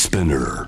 Spinner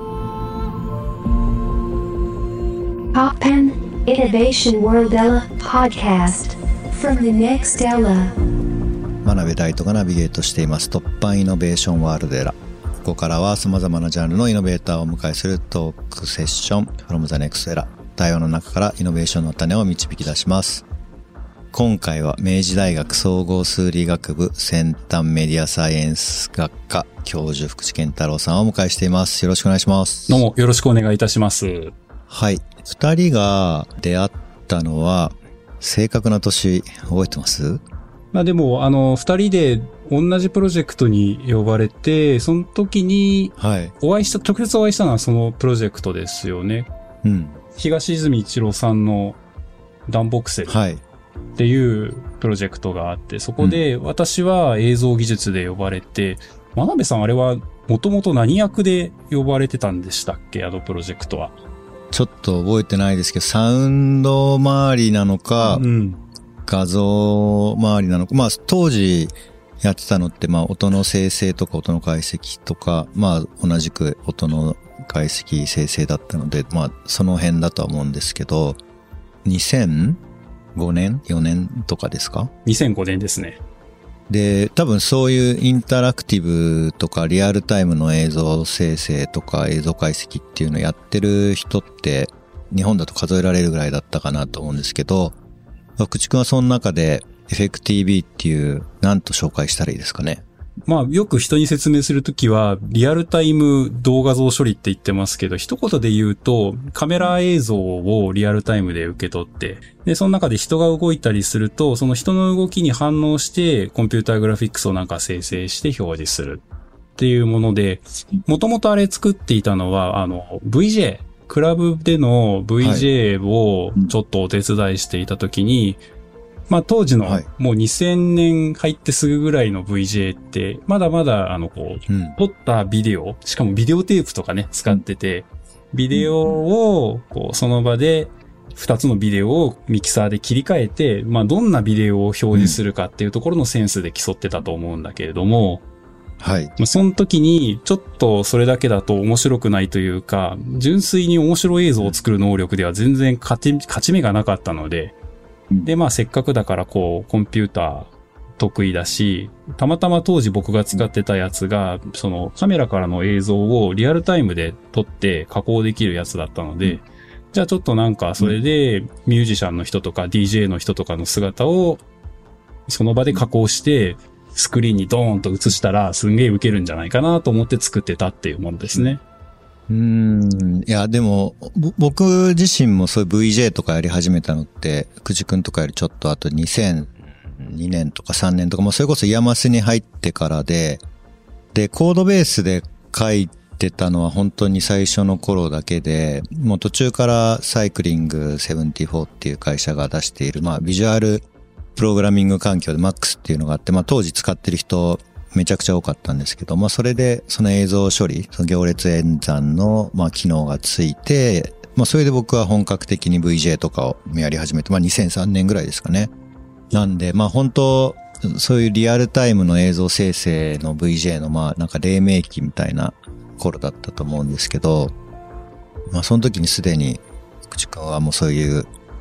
Poppen Innovation World Ella Podcast from the next Ella。 真鍋大斗がナビゲートしています突破イノベーションワールドエラ。ここからは様々なジャンルのイノベーターをお迎えするトークセッション from the next Era。対話の中からイノベーションの種を導き出します。今回は明治大学総合数理学部先端メディアサイエンス学科教授福地健太郎さんをお迎えしています。よろしくお願いします。 どうもよろしくお願いいたします。 はい。二人が出会ったのは正確な年覚えてます？ まあでも二人で同じプロジェクトに呼ばれて、その時に直接お会いしたのはそのプロジェクトですよね。 うん。 東泉一郎さんのダンボクセルっていうプロジェクトがあって、そこで私は映像技術で呼ばれて、真鍋さんあれはもともと何役で呼ばれてたんでしたっけ、あのプロジェクトは。 ちょっと覚えてないですけど、サウンド周りなのか、画像周りなのか、まあ当時やってたのってまあ音の生成とか音の解析とか、まあ同じく音の解析生成だったので、まあその辺だとは思うんですけど、2005年 ?4 年とかですか？ 2005 年ですね。 で、多分そういうインタラクティブとかリアルタイムの映像生成とか映像解析っていうのをやってる人って日本だと数えられるぐらいだったかなと思うんですけど、口くんはその中で FXTV っていう何と紹介したらいいですかね。 まあよく人に説明するときはリアルタイム動画像処理って言ってますけど、一言で言うとカメラ映像をリアルタイムで受け取って、でその中で人が動いたりすると、その人の動きに反応してコンピューターグラフィックスをなんか生成して表示するっていうもので、もともとあれ作っていたのはVJ、クラブでの VJ をちょっとお手伝いしていたときに、まあ当時のもう2000年入ってすぐぐらいの VJ ってまだまだ撮ったビデオ、しかもビデオテープとかね使ってて、ビデオをこうその場で2つのビデオをミキサーで切り替えて、まあどんなビデオを表示するかっていうところのセンスで競ってたと思うんだけれども、はい。その時にちょっとそれだけだと面白くないというか、純粋に面白い映像を作る能力では全然勝ち目がなかったので、で、まあせっかくだからコンピューター得意だし、たまたま当時僕が使ってたやつが、そのカメラからの映像をリアルタイムで撮って加工できるやつだったので、じゃあちょっとなんかそれでミュージシャンの人とか DJ の人とかの姿をその場で加工してスクリーンにドーンと映したらすんげえウケるんじゃないかなと思って作ってたっていうものですね。 いや、でも、僕自身もそういう VJ とかやり始めたのって、くじくんとかよりちょっとあと2002年とか3年とか、もうそれこそイヤマスに入ってからで、コードベースで書いてたのは本当に最初の頃だけで、もう途中からサイクリング74っていう会社が出している、まあビジュアルプログラミング環境で MAX っていうのがあって、まあ当時使ってる人、めちゃくちゃ多かったんですけど、まあそれでその映像処理、その行列演算のまあ機能がついて、まあそれで僕は本格的に VJ とかをやり始めて、まあ2003年ぐらいですかね。なんでまあ本当そういうリアルタイムの映像生成の VJ のまあなんか黎明期みたいな頃だったと思うんですけど、まあその時にすでに口くんはもうそういう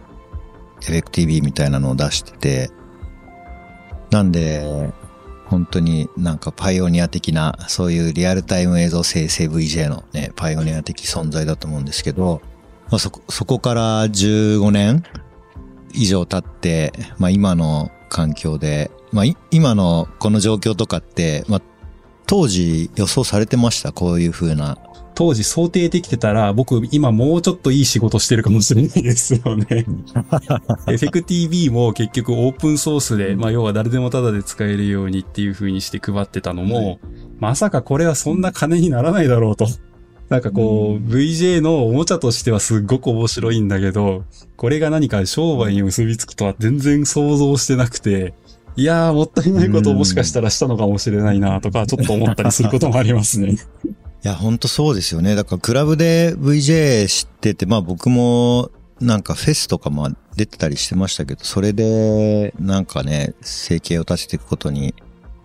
FXTV みたいなのを出してて、なんで本当になんかパイオニア的な、そういうリアルタイム映像生成 VJ のね、パイオニア的存在だと思うんですけど、まあ、そこから15年以上経って、まあ今の環境で、まあ今のこの状況とかって、まあ当時予想されてました？こういう風な。 当時想定できてたら、僕今もうちょっといい仕事してるかもしれないですよね。FXTV も結局オープンソースで、まあ要は誰でもタダで使えるようにっていう風にして配ってたのも、まさかこれはそんな金にならないだろうと。なんかVJ のおもちゃとしてはすっごく面白いんだけど、これが何か商売に結びつくとは全然想像してなくて、いやーもったいないことをもしかしたらしたのかもしれないなとか、ちょっと思ったりすることもありますね。 いや、ほんとそうですよね。だからクラブで VJ 知ってて、まあ僕もなんかフェスとかも出てたりしてましたけど、それでなんかね、生計を立てていくことに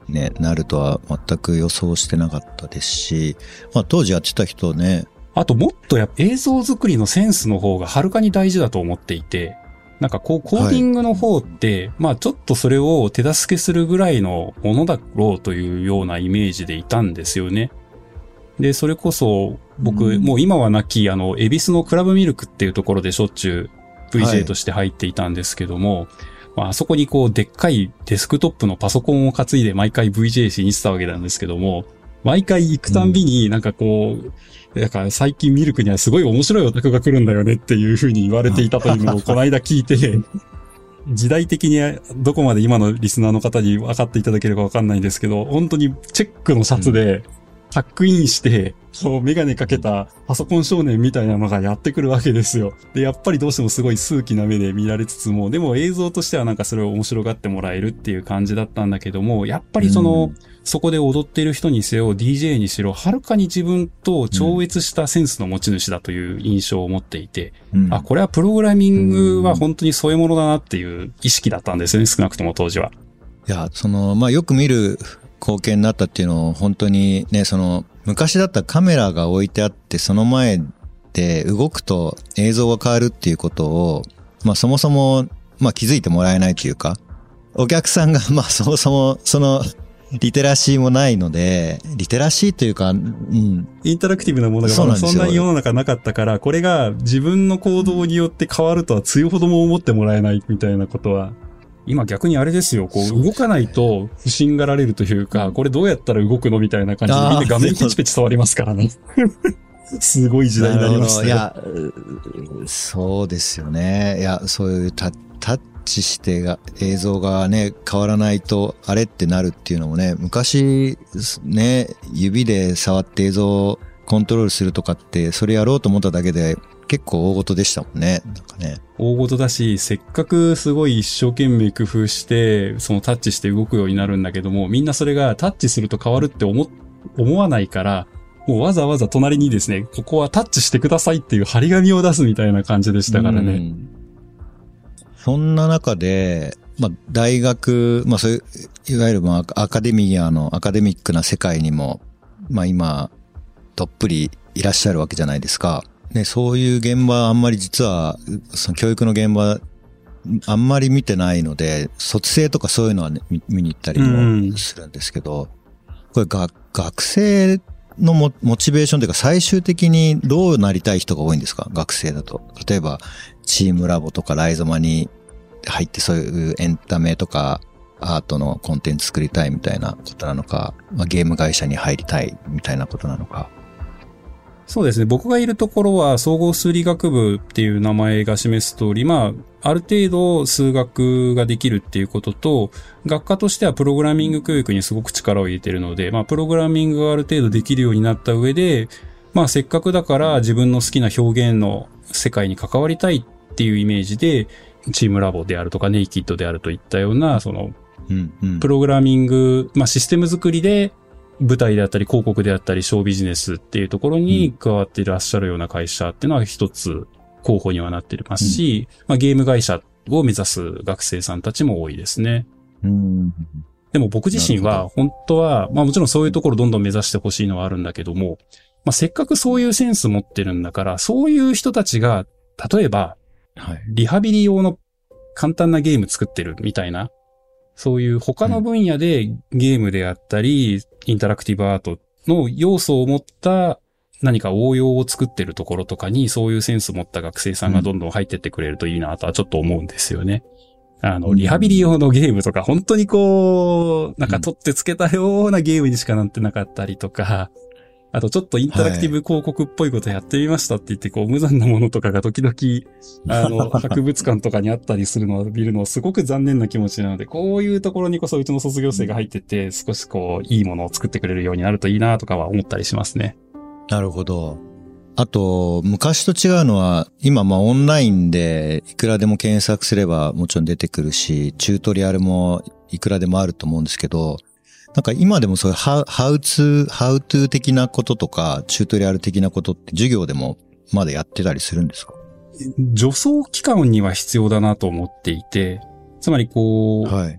ね、なるとは全く予想してなかったですし、まあ当時やってた人ね。 あともっと映像作りのセンスの方がはるかに大事だと思っていて、なんかこうコーディングの方って、まあちょっとそれを手助けするぐらいのものだろうというようなイメージでいたんですよね。で、それこそ僕、もう今はなき恵比寿のクラブミルクっていうところでしょっちゅう VJ として入っていたんですけども、まああそこにこうでっかいデスクトップのパソコンを担いで毎回 VJ しにしてたわけなんですけども、毎回行くたんびになんかこう、だから最近ミルクにはすごい面白いオタクが来るんだよねっていう風に言われていたというのをこの間聞いて、時代的にどこまで今のリスナーの方に分かっていただけるか分かんないんですけど、本当にチェックのシャツでタックインして、メガネかけたパソコン少年みたいなのがやってくるわけですよ。で、やっぱりどうしてもすごい数奇な目で見られつつも、でも映像としてはなんかそれを面白がってもらえるっていう感じだったんだけども、やっぱりそこで踊っている人にせよ、DJ にしろ、はるかに自分と超越したセンスの持ち主だという印象を持っていて、あ、これはプログラミングは本当にそういうものだなっていう意識だったんですよね、少なくとも当時は。 いや、まあよく見る光景になったっていうのを本当にね、昔だったらカメラが置いてあって、その前で動くと映像が変わるっていうことを、まあそもそも、まあ気づいてもらえないというか、お客さんがまあそもそもリテラシーもないので、リテラシーというか、 インタラクティブなものがそんなに世の中なかったから、これが自分の行動によって変わるとはつゆほども思ってもらえないみたいなことは、今逆にあれですよ、こう動かないと不審がられるというか、これどうやったら動くのみたいな感じでみんな画面ペチペチ触りますからね。すごい時代になりましたね。 いや、そうですよね。いや、そういうタッチして映像がね、変わらないとあれってなるっていうのもね、昔ね、指で触って映像をコントロールするとかって、それやろうと思っただけで結構大事でしたもんね。なんかね。 大事だし、せっかくすごい一生懸命工夫して、そのタッチして動くようになるんだけども、みんなそれがタッチすると変わるって思わないから、もうわざわざ隣にですね、ここはタッチしてくださいっていう張り紙を出すみたいな感じでしたからね。 そんな中で、まあ、大学、まあそういう、いわゆるまあアカデミックな世界にも、まあ今、どっぷりいらっしゃるわけじゃないですか。ね、そういう現場あんまり実は、その教育の現場、あんまり見てないので、卒生とかそういうのはね、見に行ったりもするんですけど、これ学生のモチベーションというか最終的にどうなりたい人が多いんですか？学生だと。例えば、チームラボとかライゾマに入ってそういうエンタメとかアートのコンテンツ作りたいみたいなことなのか、まあ、ゲーム会社に入りたいみたいなことなのか。 そうですね。僕がいるところは総合数理学部っていう名前が示す通り、まあ、ある程度数学ができるっていうことと、学科としてはプログラミング教育にすごく力を入れているので、まあ、プログラミングがある程度できるようになった上で、まあ、せっかくだから自分の好きな表現の世界に関わりたいっていうイメージで、チームラボであるとかネイキッドであるといったような、プログラミング、まあ、システム作りで、舞台であったり広告であったりショービジネスっていうところに加わっていらっしゃるような会社っていうのは一つ候補にはなっていますし、まあ、ゲーム会社を目指す学生さんたちも多いですね。でも僕自身は本当は、まあもちろんそういうところどんどん目指してほしいのはあるんだけども、まあせっかくそういうセンス持ってるんだから、そういう人たちが、例えば、リハビリ用の簡単なゲーム作ってるみたいな、そういう他の分野でゲームであったり、インタラクティブアートの要素を持った何か応用を作ってるところとかにそういうセンスを持った学生さんがどんどん入ってってくれるといいなとはちょっと思うんですよね。リハビリ用のゲームとか本当にこう、なんか取ってつけたようなゲームにしかなってなかったりとか、あとちょっとインタラクティブ広告っぽいことやってみましたって言って、こう無残なものとかが時々、博物館とかにあったりするのを見るのはすごく残念な気持ちなので、こういうところにこそうちの卒業生が入ってて、少しこう、いいものを作ってくれるようになるといいなとかは思ったりしますね。 なるほど。あと、昔と違うのは、今まあオンラインでいくらでも検索すればもちろん出てくるし、チュートリアルもいくらでもあると思うんですけど、なんか今でもそういうハウトゥー的なこととか、チュートリアル的なことって授業でもまだやってたりするんですか？ 助走期間には必要だなと思っていて、つまりこう、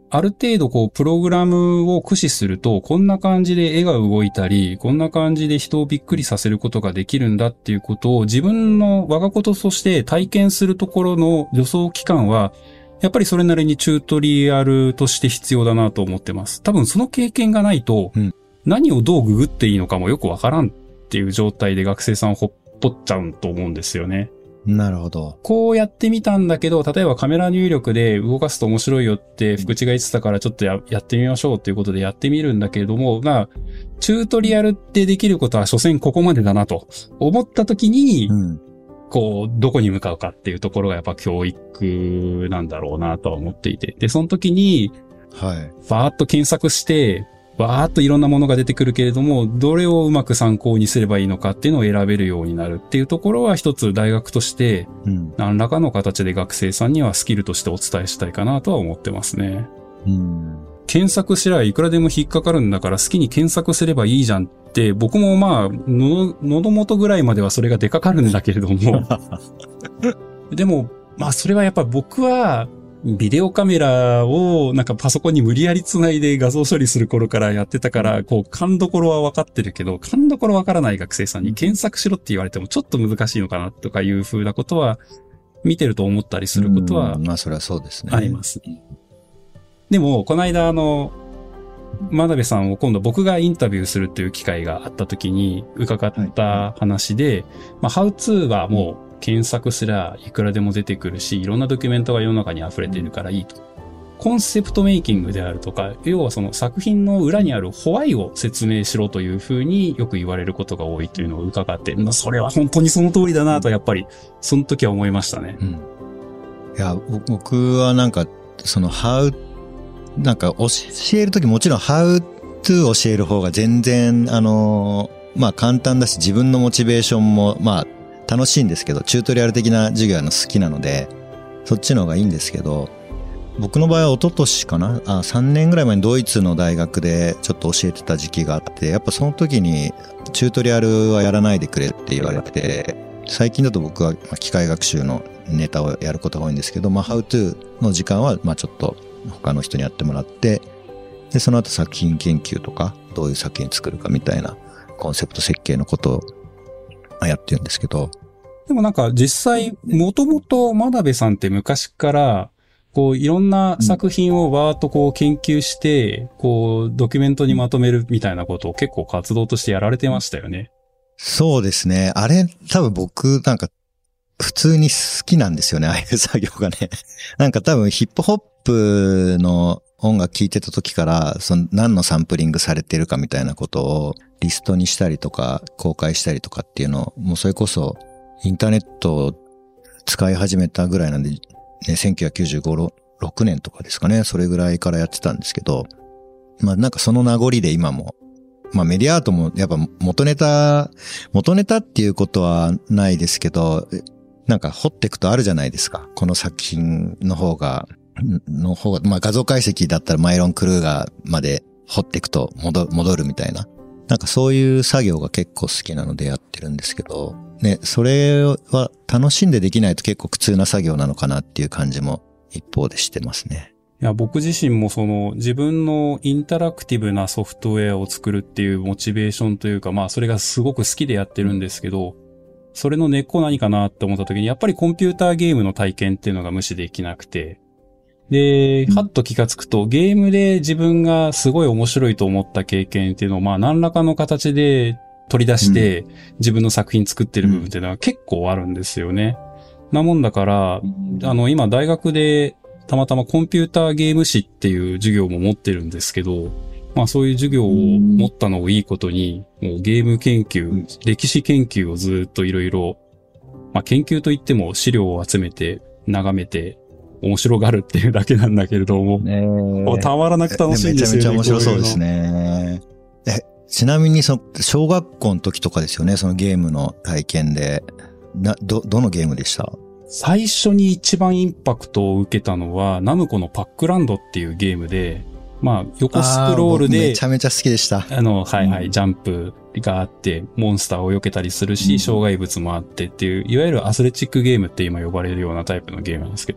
ある程度こう、プログラムを駆使すると、こんな感じで絵が動いたり、こんな感じで人をびっくりさせることができるんだっていうことを自分の我がこととして体験するところの助走期間は、やっぱりそれなりにチュートリアルとして必要だなと思ってます。多分その経験がないと、何をどうググっていいのかもよくわからんっていう状態で学生さんをほっぽっちゃうと思うんですよね。 なるほど。 こうやってみたんだけど、例えばカメラ入力で動かすと面白いよって福地が言ってたからちょっとやってみましょうっていうことでやってみるんだけれども、まあ、チュートリアルってできることは所詮ここまでだなと思った時に、こう、どこに向かうかっていうところがやっぱ教育なんだろうなとは思っていて。で、その時に、バーッと検索して、バーッといろんなものが出てくるけれども、どれをうまく参考にすればいいのかっていうのを選べるようになるっていうところは一つ大学として、何らかの形で学生さんにはスキルとしてお伝えしたいかなとは思ってますね。検索すればいくらでも引っかかるんだから好きに検索すればいいじゃんって、僕もまあ、喉元ぐらいまではそれが出かかるんだけれども。でも、まあそれはやっぱ僕は、ビデオカメラをなんかパソコンに無理やり繋いで画像処理する頃からやってたから、こう勘どころは分かってるけど、勘どころ分からない学生さんに検索しろって言われてもちょっと難しいのかなとかいう風なことは見てると思ったりすることは、 まあそれはそうですね。 あります。でも、この間真鍋さんを今度僕がインタビューするっていう機会があった時に伺った話で、まあ、How to はもう検索すらいくらでも出てくるし、いろんなドキュメントが世の中に溢れているからいいと。コンセプトメイキングであるとか、要はその作品の裏にあるホワイを説明しろというふうによく言われることが多いというのを伺って、それは本当にその通りだなとやっぱり、その時は思いましたね。 いや、僕はなんか、その How、なんか教えるときもちろん How to 教える方が全然、まあ簡単だし自分のモチベーションも、まあ楽しいんですけど、チュートリアル的な授業好きなので、そっちの方がいいんですけど、僕の場合は一昨年かな3年ぐらい前にドイツの大学でちょっと教えてた時期があって、やっぱその時にチュートリアルはやらないでくれって言われて、最近だと僕は機械学習のネタをやることが多いんですけど、まあ How to の時間はまあちょっと他の人にやってもらって、で、その後作品研究とか、どういう作品作るかみたいなコンセプト設計のことをやってるんですけど。 でもなんか実際、もともと真鍋さんって昔から、こういろんな作品をわーっとこう研究して、こうドキュメントにまとめるみたいなことを結構活動としてやられてましたよね。 そうですね。あれ多分僕なんか普通に好きなんですよね、ああいう作業がね。なんか多分ヒップホップの音楽聴いてた時から、その何のサンプリングされてるかみたいなことをリストにしたりとか公開したりとかっていうのを、もうそれこそインターネットを使い始めたぐらいなんで、ね、1995、6年とかですかね、それぐらいからやってたんですけど、まあなんかその名残で今も、まあメディアアートもやっぱ元ネタっていうことはないですけど、なんか掘っていくとあるじゃないですか。この作品の方が、まあ画像解析だったらマイロン・クルーガーまで掘っていくと戻るみたいな。なんかそういう作業が結構好きなのでやってるんですけど、ね、それは楽しんでできないと結構苦痛な作業なのかなっていう感じも一方でしてますね。 いや、僕自身もその自分のインタラクティブなソフトウェアを作るっていうモチベーションというか、まあそれがすごく好きでやってるんですけど、それの根っこ何かなって思った時に、やっぱりコンピューターゲームの体験っていうのが無視できなくて、で、はっと気がつくと、ゲームで自分がすごい面白いと思った経験っていうのを、まあ何らかの形で取り出して、自分の作品作ってる部分っていうのは結構あるんですよね。なもんだから、今大学でたまたまコンピューターゲーム史っていう授業も持ってるんですけど、まあそういう授業を持ったのをいいことに、もうゲーム研究、歴史研究をずっといろいろ、まあ研究といっても資料を集めて、眺めて、面白がるっていうだけなんだけれども、たまらなく楽しいんですよね。 めちゃめちゃ面白そうですね。ちなみに小学校の時とかですよね、そのゲームの体験で。どのゲームでした？ 最初に一番インパクトを受けたのは、ナムコのパックランドっていうゲームで、まあ、横スクロールで、 めちゃめちゃ好きでした。 はいはい、ジャンプがあって、モンスターを避けたりするし、障害物もあってっていう、いわゆるアスレチックゲームって今呼ばれるようなタイプのゲームなんですけど。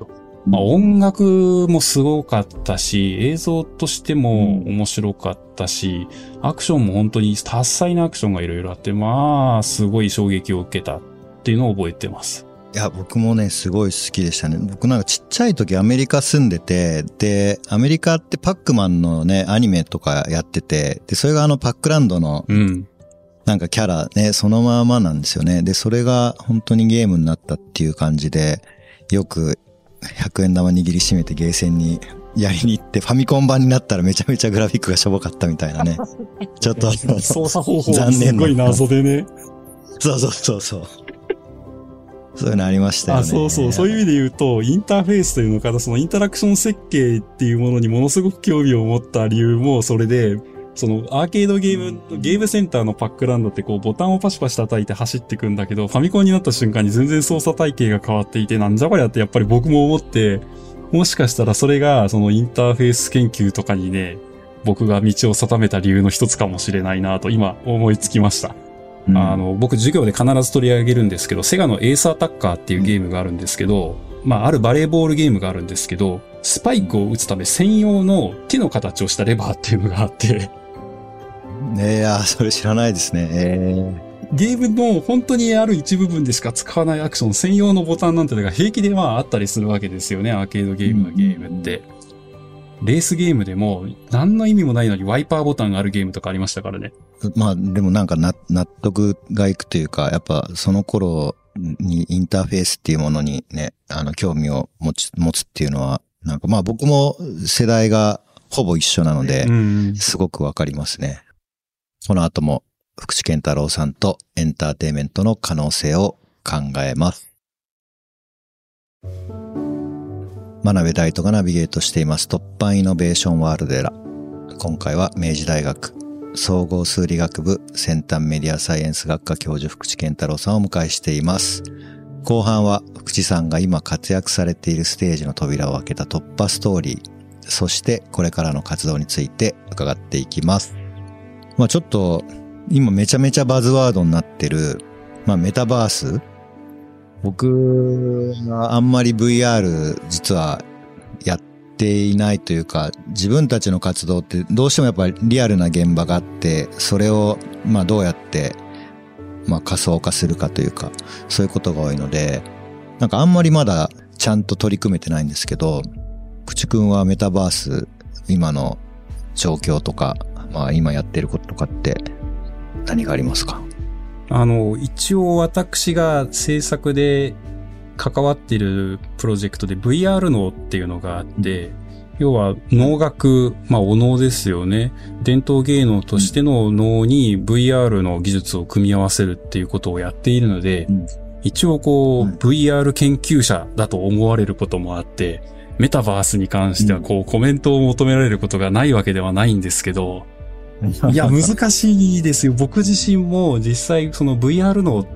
まあ音楽もすごかったし、映像としても面白かったし、アクションも本当に多彩なアクションがいろいろあって、まあ、すごい衝撃を受けたっていうのを覚えてます。 いや、僕もね、すごい好きでしたね。僕なんかちっちゃい時アメリカ住んでて、で、アメリカってパックマンのね、アニメとかやってて、で、それがパックランドの、なんかキャラね、そのままなんですよね。で、それが本当にゲームになったっていう感じで、よく100円玉握りしめてゲーセンにやりに行って、ファミコン版になったらめちゃめちゃグラフィックがしょぼかったみたいなね。ちょっと操作方法がすごい謎でね。 そう。そういうのありましたよね。 そういう意味で言うと、インターフェースというのか、そのインタラクション設計っていうものにものすごく興味を持った理由もそれで、そのアーケードゲームセンターのパックランドってこうボタンをパシパシ叩いて走ってくんだけど、ファミコンになった瞬間に全然操作体系が変わっていて、なんじゃこりゃってやっぱり僕も思って、もしかしたらそれがそのインターフェース研究とかにね、僕が道を定めた理由の一つかもしれないなと今思いつきました。僕授業で必ず取り上げるんですけど、セガのエースアタッカーっていうゲームがあるんですけど、まああるバレーボールゲームがあるんですけど、スパイクを打つため専用の手の形をしたレバーっていうのがあって、 それ知らないですね。 ゲームの本当にある一部分でしか使わないアクション専用のボタンなんてのが平気であったりするわけですよね、アーケードゲームのゲームって。レースゲームでも何の意味もないのにワイパーボタンがあるゲームとかありましたからね。 まあでもなんか納得がいくというか、やっぱその頃にインターフェースっていうものにね、興味を持つっていうのは、なんかまあ僕も世代がほぼ一緒なので、すごくわかりますね。この後も福地健太郎さんとエンターテインメントの可能性を考えます。真鍋大斗がナビゲートしています突破イノベーションワールドエラ。今回は明治大学総合数理学部先端メディアサイエンス学科教授福地健太郎さんをお迎えしています。後半は福地さんが今活躍されているステージの扉を開けた突破ストーリー、そしてこれからの活動について伺っていきます。まあちょっと今めちゃめちゃバズワードになってる、まあメタバース。僕はあんまり VR 実はやっていないというか、自分たちの活動ってどうしてもやっぱりリアルな現場があって、それをまあどうやってまあ仮想化するかというか、そういうことが多いので、なんかあんまりまだちゃんと取り組めてないんですけど、口くんはメタバース今の状況とか、まあ今やってることとかって何がありますか？ 一応私が制作で関わっているプロジェクトで VR 脳っていうのがあって、要は能楽、まあお能ですよね。伝統芸能としての能に VR の技術を組み合わせるっていうことをやっているので、一応こう VR 研究者だと思われることもあって、メタバースに関してはこうコメントを求められることがないわけではないんですけど、いや、難しいですよ。僕自身も実際その VR 脳って、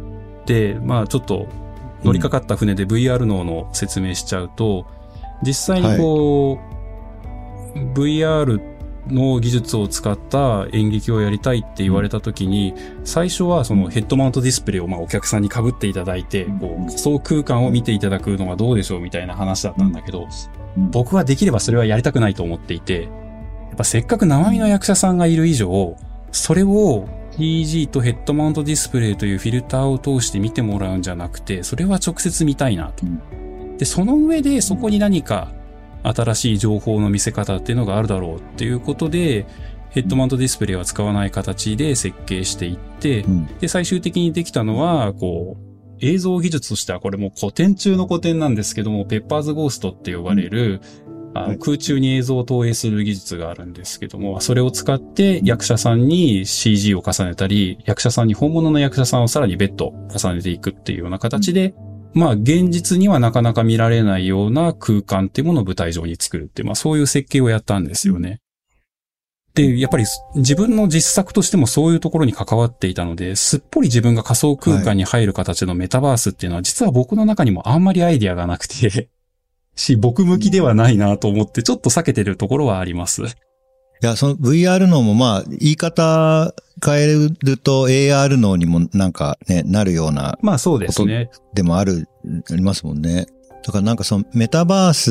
まあちょっと乗りかかった船で VR 脳の説明しちゃうと、実際にこう、VR の技術を使った演劇をやりたいって言われた時に、最初はそのヘッドマウントディスプレイをまあお客さんに被っていただいて、こう仮想空間を見ていただくのはどうでしょうみたいな話だったんだけど、僕はできればそれはやりたくないと思っていて、やっぱせっかく生身の役者さんがいる以上、それを CG とヘッドマウントディスプレイというフィルターを通して見てもらうんじゃなくて、それは直接見たいなと。で、その上でそこに何か新しい情報の見せ方っていうのがあるだろうっていうことで、ヘッドマウントディスプレイは使わない形で設計していって、で、最終的にできたのは、こう、映像技術としてはこれも古典中の古典なんですけども、ペッパーズゴーストって呼ばれる、空中に映像を投影する技術があるんですけども、それを使って役者さんに CG を重ねたり、役者さんに本物の役者さんをさらに別途重ねていくっていうような形で、まあ現実にはなかなか見られないような空間っていうものを舞台上に作るっていう、まあそういう設計をやったんですよね。で、やっぱり自分の実作としてもそういうところに関わっていたので、すっぽり自分が仮想空間に入る形のメタバースっていうのは実は僕の中にもあんまりアイディアがなくて、僕向きではないなと思ってちょっと避けてるところはあります。いや、その VR 脳もまあ、言い方変えると AR 脳にもなんかね、なるような。 まあそうですね。 でもありますもんね。 だからなんかそのメタバースって、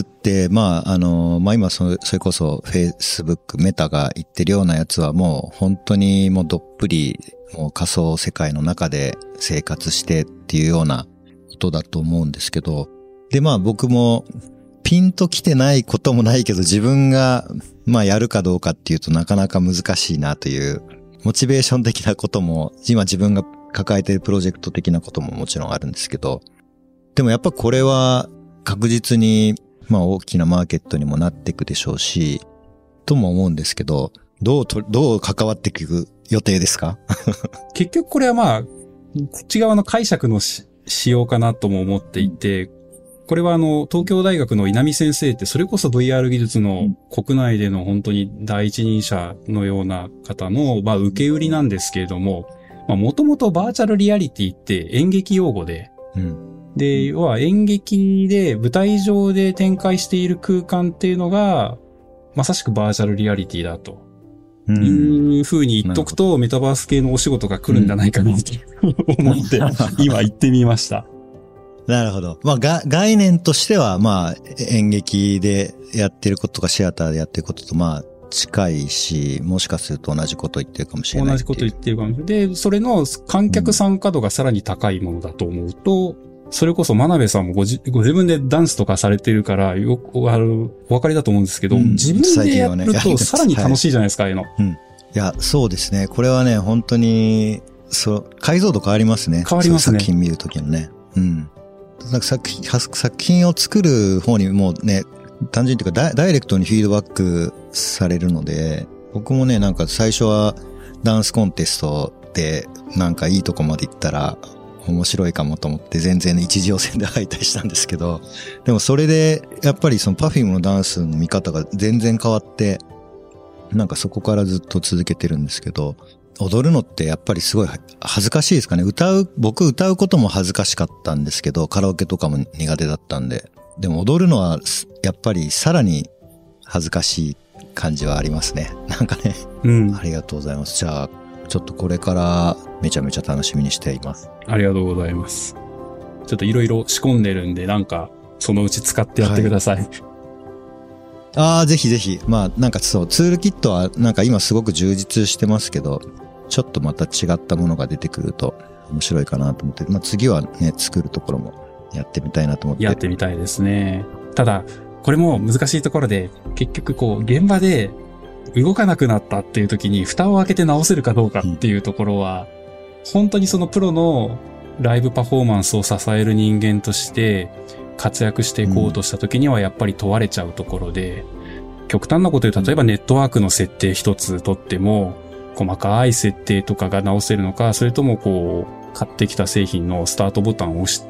まあ今それこそ Facebook メタが言ってるようなやつはもう本当にもうどっぷりもう仮想世界の中で生活してっていうようなことだと思うんですけど、でまあ僕もピンと来てないこともないけど自分がまあやるかどうかっていうとなかなか難しいなというモチベーション的なことも今自分が抱えているプロジェクト的なことももちろんあるんですけど、でもやっぱこれは確実にまあ大きなマーケットにもなっていくでしょうしとも思うんですけど、どう関わっていく予定ですか？ 結局これはまあこっち側の解釈の仕様かなとも思っていて、これは東京大学の稲見先生ってそれこそ VR 技術の国内での本当に第一人者のような方のまあ受け売りなんですけれども、もともとバーチャルリアリティって演劇用語で、で、要は演劇で舞台上で展開している空間っていうのがまさしくバーチャルリアリティだという風に言っとくとメタバース系のお仕事が来るんじゃないかなと思って今言ってみました。 なるほど。まあ、概念としては、まあ、演劇でやってることとかシアターでやってることと、まあ、近いし、もしかすると同じこと言ってるかもしれない。 同じこと言ってるかもしれない。で、それの観客参加度がさらに高いものだと思うと、それこそ真鍋さんもご自分でダンスとかされてるから、よくお分かりだと思うんですけど、自分でやるとさらに楽しいじゃないですか、ああいうの。 いや、そうですね。これはね、本当に、解像度変わりますね。 変わりますね。 作品見るときのね。なんか作品を作る方にもね、単純にというかダイレクトにフィードバックされるので、僕もね、なんか最初はダンスコンテストでなんかいいとこまで行ったら面白いかもと思って全然一次予選で敗退したんですけど、でもそれでやっぱりその Perfume のダンスの見方が全然変わって、なんかそこからずっと続けてるんですけど、踊るのってやっぱりすごい恥ずかしいですかね。僕歌うことも恥ずかしかったんですけど、カラオケとかも苦手だったんで。でも踊るのはやっぱりさらに恥ずかしい感じはありますね。なんかね。ありがとうございます。じゃあ、ちょっとこれからめちゃめちゃ楽しみにしています。 ありがとうございます。ちょっといろいろ仕込んでるんで、なんかそのうち使ってやってください。 ぜひぜひ。まあなんかそう、ツールキットはなんか今すごく充実してますけど、ちょっとまた違ったものが出てくると面白いかなと思って、まあ次はね、作るところもやってみたいなと思って。 やってみたいですね。ただ、これも難しいところで、結局こう、現場で動かなくなったっていう時に蓋を開けて直せるかどうかっていうところは、本当にそのプロのライブパフォーマンスを支える人間として活躍していこうとした時にはやっぱり問われちゃうところで、極端なこと言う、例えばネットワークの設定一つとっても、細かい設定とかが直せるのか、それともこう、買ってきた製品のスタートボタンを押して、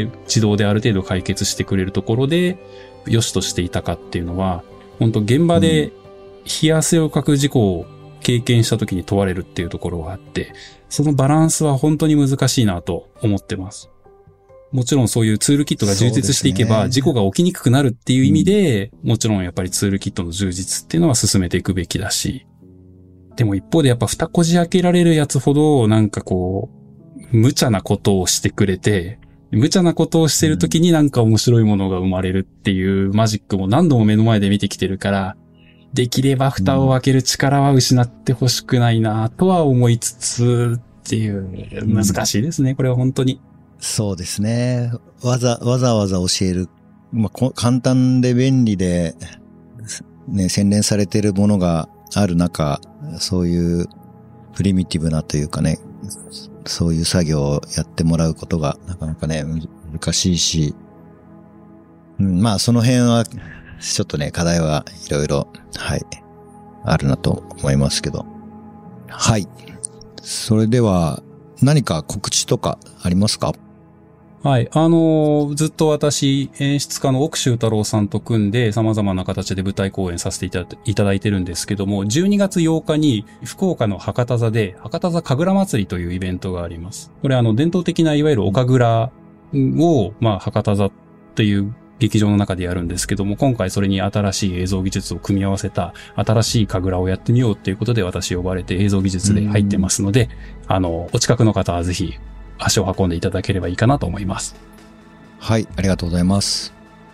自動である程度解決してくれるところで、良しとしていたかっていうのは、本当現場で冷や汗をかく事故を経験した時に問われるっていうところがあって、そのバランスは本当に難しいなと思ってます。もちろんそういうツールキットが充実していけば、事故が起きにくくなるっていう意味で、もちろんやっぱりツールキットの充実っていうのは進めていくべきだし、でも一方でやっぱ蓋こじ開けられるやつほどなんかこう無茶なことをしてくれて、無茶なことをしてる時になんか面白いものが生まれるっていうマジックも何度も目の前で見てきてるから、できれば蓋を開ける力は失ってほしくないなとは思いつつっていう難しいですね、これは本当に。 そうですね。わざわざ教える、まあ、簡単で便利でね、洗練されているものがある中、そういうプリミティブなというかね、そういう作業をやってもらうことがなかなかね、難しいし、まあその辺は、ちょっとね、課題はいろいろ、はい、あるなと思いますけど。はい。それでは、何か告知とかありますか？ はい。ずっと私、演出家の奥州太郎さんと組んで様々な形で舞台公演させていただいてるんですけども、12月8日に福岡の博多座で、博多座神楽祭りというイベントがあります。これ伝統的ないわゆるお神楽を、まあ、博多座という劇場の中でやるんですけども、今回それに新しい映像技術を組み合わせた新しい神楽をやってみようっていうことで私呼ばれて映像技術で入ってますので、お近くの方はぜひ足を運んでいただければいいかなと思います。 はい、ありがとうございます。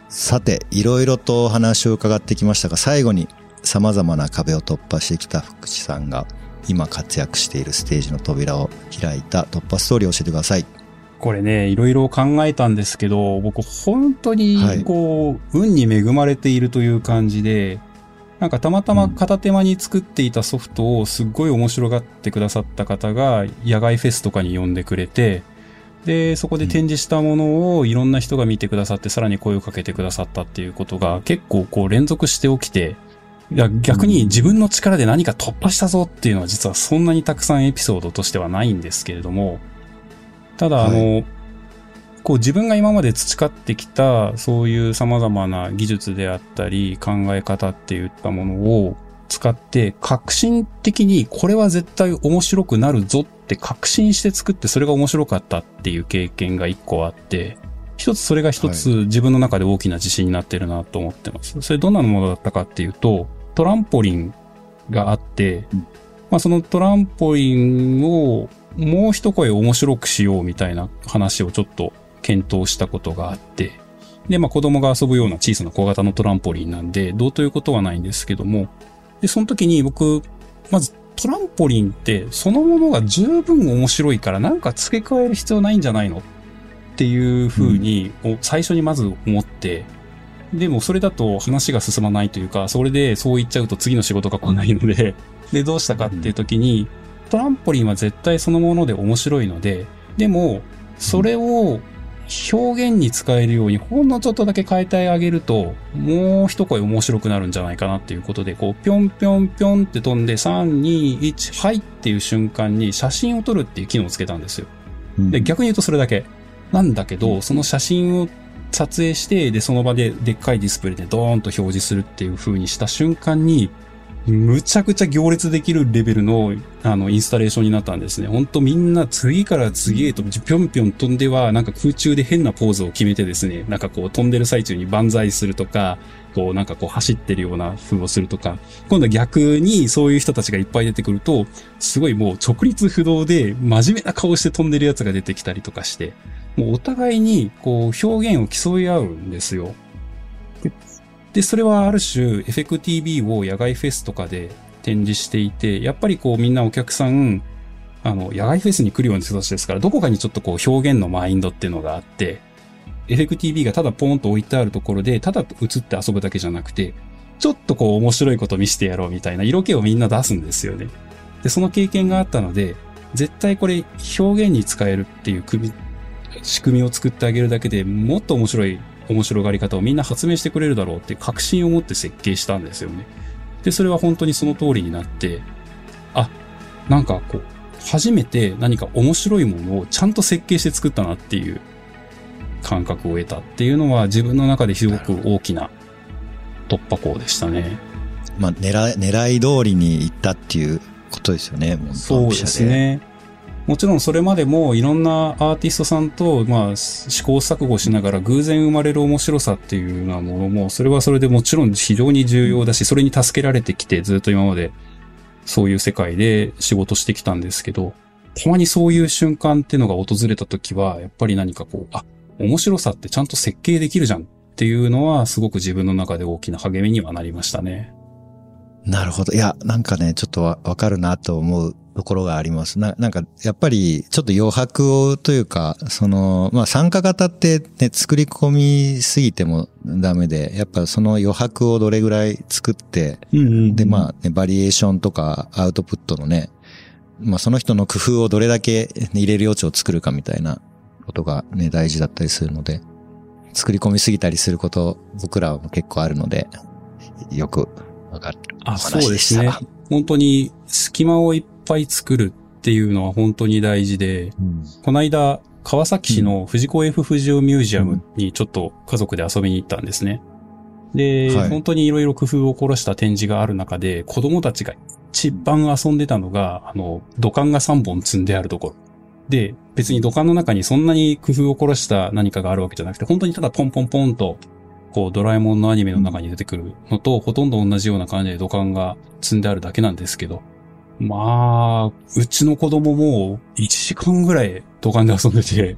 さて、いろいろとお話を伺ってきましたが、最後に様々な壁を突破してきた福地さんが今活躍しているステージの扉を開いた突破ストーリーを教えてください。 これね、いろいろ考えたんですけど、僕本当に運に恵まれているという感じで、なんかたまたま片手間に作っていたソフトをすっごい面白がってくださった方が野外フェスとかに呼んでくれて、で、そこで展示したものをいろんな人が見てくださってさらに声をかけてくださったっていうことが結構連続して起きて、いや逆に自分の力で何か突破したぞっていうのは実はそんなにたくさんエピソードとしてはないんですけれども、ただ自分が今まで培ってきたそういう様々な技術であったり考え方っていったものを使って革新的にこれは絶対面白くなるぞって確信して作ってそれが面白かったっていう経験が一個あって、それが一つ自分の中で大きな自信になってるなと思ってます。それどんなものだったかっていうと、トランポリンがあって、そのトランポリンをもう一声面白くしようみたいな話をちょっと検討したことがあって、で、子供が遊ぶような小さな小型のトランポリンなんで、どうということはないんですけども、で、その時に僕、まずトランポリンってそのものが十分面白いからなんか付け加える必要ないんじゃないのっていう風に、最初にまず思って、でもそれだと話が進まないというか、それでそう言っちゃうと次の仕事が来ないので、で、どうしたかっていう時に、トランポリンは絶対そのもので面白いので、でも、それを表現に使えるようにほんのちょっとだけ変えてあげると、もう一声面白くなるんじゃないかなっていうことで、ぴょんぴょんぴょんって飛んで、3、2、1、はいっていう瞬間に写真を撮るっていう機能をつけたんですよ。で、逆に言うとそれだけ。なんだけど、その写真を撮影して、で、その場ででっかいディスプレイでドーンと表示するっていう風にした瞬間に、むちゃくちゃ行列できるレベルの、インスタレーションになったんですね。ほんとみんな次から次へとぴょんぴょん飛んでは、なんか空中で変なポーズを決めてですね、なんか飛んでる最中に万歳するとか、走ってるような風をするとか、今度は逆にそういう人たちがいっぱい出てくると、すごいもう直立不動で真面目な顔して飛んでるやつが出てきたりとかして、もうお互いに表現を競い合うんですよ。で、それはある種、FEC-TV を野外フェスとかで展示していて、やっぱりみんなお客さん、野外フェスに来るような人たちですから、どこかにちょっと表現のマインドっていうのがあって、FEC-TV がただポーンと置いてあるところで、ただ映って遊ぶだけじゃなくて、ちょっと面白いこと見せてやろうみたいな色気をみんな出すんですよね。で、その経験があったので、絶対これ表現に使えるっていう仕組みを作ってあげるだけでもっと面白がり方をみんな発明してくれるだろうって確信を持って設計したんですよね。で、それは本当にその通りになって、なんか初めて何か面白いものをちゃんと設計して作ったなっていう感覚を得たっていうのは自分の中ですごく大きな突破口でしたね。 狙い通りに行ったっていうことですよね。 そうですね。もちろんそれまでもいろんなアーティストさんと試行錯誤しながら偶然生まれる面白さっていうようなものもそれはそれでもちろん非常に重要だし、それに助けられてきてずっと今までそういう世界で仕事してきたんですけど、たまにそういう瞬間っていうのが訪れた時はやっぱり何か面白さってちゃんと設計できるじゃんっていうのはすごく自分の中で大きな励みにはなりましたね。 なるほど。いや、なんかね、ちょっとわかるなと思うところがあります。なんか、やっぱり、ちょっと余白をというか、参加型ってね、作り込みすぎてもダメで、やっぱその余白をどれぐらい作って、で、バリエーションとかアウトプットのね、その人の工夫をどれだけ入れる余地を作るかみたいなことがね、大事だったりするので、作り込みすぎたりすること、僕らも結構あるので、よくわかる話でした。 そうですね。本当に隙間をいっぱい作るっていうのは本当に大事で、この間、川崎市の藤子 F 不二雄ミュージアムにちょっと家族で遊びに行ったんですね。で、本当にいろいろ工夫を凝らした展示がある中で、子供たちが一番遊んでたのが、土管が3本積んであるところ。で、別に土管の中にそんなに工夫を凝らした何かがあるわけじゃなくて、本当にただポンポンポンと、ドラえもんのアニメの中に出てくるのと、ほとんど同じような感じで土管が積んであるだけなんですけど、うちの子供も1時間ぐらい土管で遊んでて、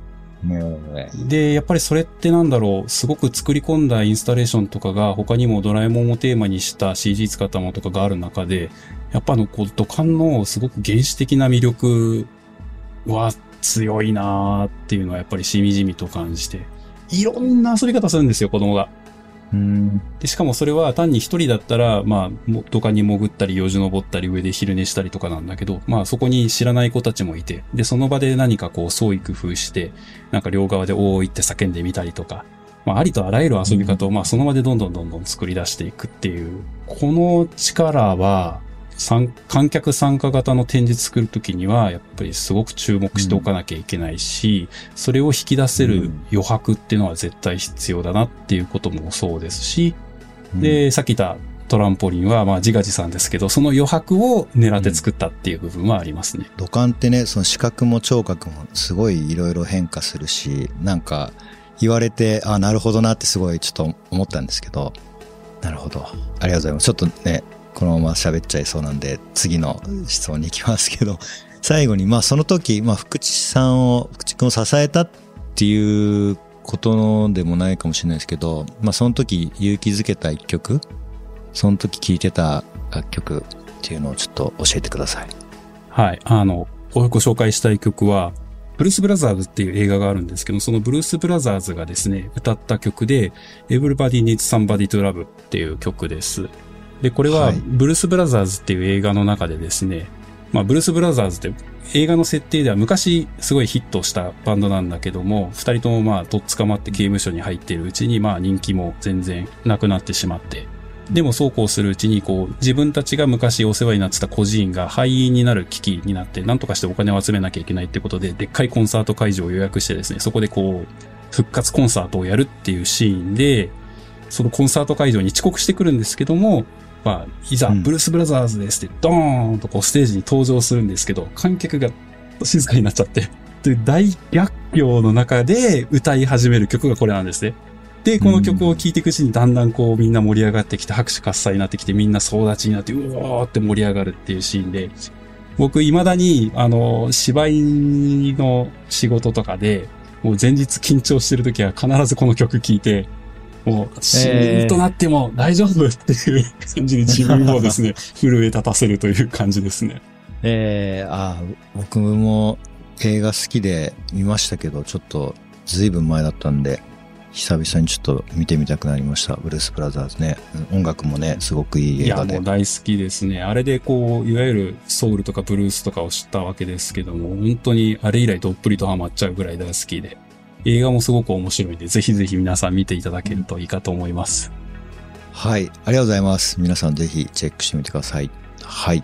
で、やっぱりそれってなんだろう、すごく作り込んだインスタレーションとかが他にもドラえもんをテーマにした CG 使ったものとかがある中で、やっぱこう土管のすごく原始的な魅力は強いなーっていうのはやっぱりしみじみと感じて、いろんな遊び方するんですよ、子供が。で、しかもそれは単に一人だったら、まあ、土管に潜ったり、よじ登ったり、上で昼寝したりとかなんだけど、まあそこに知らない子たちもいて、で、その場で何かこう創意工夫して、なんか両側でおーいって叫んでみたりとか、まあありとあらゆる遊び方を、まあその場でどんどん作り出していくっていう、この力は、観客参加型の展示作るときには、やっぱりすごく注目しておかなきゃいけないし、それを引き出せる余白っていうのは絶対必要だなっていうこともそうですし、で、さっき言ったトランポリンは、まあ自画自賛ですけど、その余白を狙って作ったっていう部分はありますね。 土管ってね、その視覚も聴覚もすごいいろいろ変化するし、なんか言われて、あ、なるほどなってすごいちょっと思ったんですけど、なるほど。ありがとうございます。ちょっとね、このまま喋っちゃいそうなんで、次の質問に行きますけど、最後に、まあその時、まあ福地君を支えたっていうことでもないかもしれないですけど、まあその時勇気づけた一曲、その時聴いてた楽曲っていうのをちょっと教えてください。 はい。ご紹介したい曲は、ブルース・ブラザーズっていう映画があるんですけど、そのブルース・ブラザーズがですね、歌った曲で、Everybody Needs Somebody to Love っていう曲です。で、これは、ブルース・ブラザーズっていう映画の中でですね、まあ、ブルース・ブラザーズって映画の設定では昔すごいヒットしたバンドなんだけども、二人ともまあ、とっ捕まって刑務所に入っているうちに、まあ、人気も全然なくなってしまって、でもそうこうするうちに、こう、自分たちが昔お世話になってた孤児院が廃院になる危機になって、なんとかしてお金を集めなきゃいけないってことで、でっかいコンサート会場を予約してですね、そこでこう、復活コンサートをやるっていうシーンで、そのコンサート会場に遅刻してくるんですけども、まあ、いざ、ブルース・ブラザーズですって、ドーンとこうステージに登場するんですけど、観客が静かになっちゃって、で、大逆境の中で歌い始める曲がこれなんですね。で、この曲を聴いていくうちにだんだんこうみんな盛り上がってきて、拍手喝采になってきて、みんな総立ちになって、うおーって盛り上がるっていうシーンで、僕未だに、芝居の仕事とかで、もう前日緊張してる時は必ずこの曲聴いて、もう、シーンとなっても大丈夫っていう感じで自分をですね、震え立たせるという感じですね。 僕も映画好きで見ましたけど、ちょっとずいぶん前だったんで、久々にちょっと見てみたくなりました。ブルース・ブラザーズね。音楽もね、すごくいい映画で。 いや、もう大好きですね。あれでこう、いわゆるソウルとかブルースとかを知ったわけですけども、本当にあれ以来どっぷりとハマっちゃうぐらい大好きで。映画もすごく面白いんで、ぜひぜひ皆さん見ていただけるといいかと思います。 はい。ありがとうございます。皆さんぜひチェックしてみてください。はい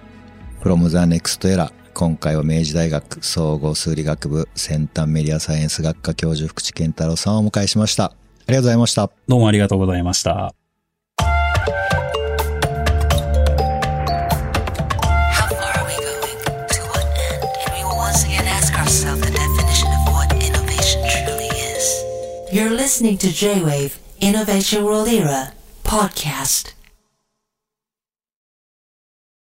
。From the Next Era。今回は明治大学総合数理学部先端メディアサイエンス学科教授福地健太郎さんをお迎えしました。ありがとうございました。 どうもありがとうございました。 You're listening to J-Wave Innovation World Era podcast.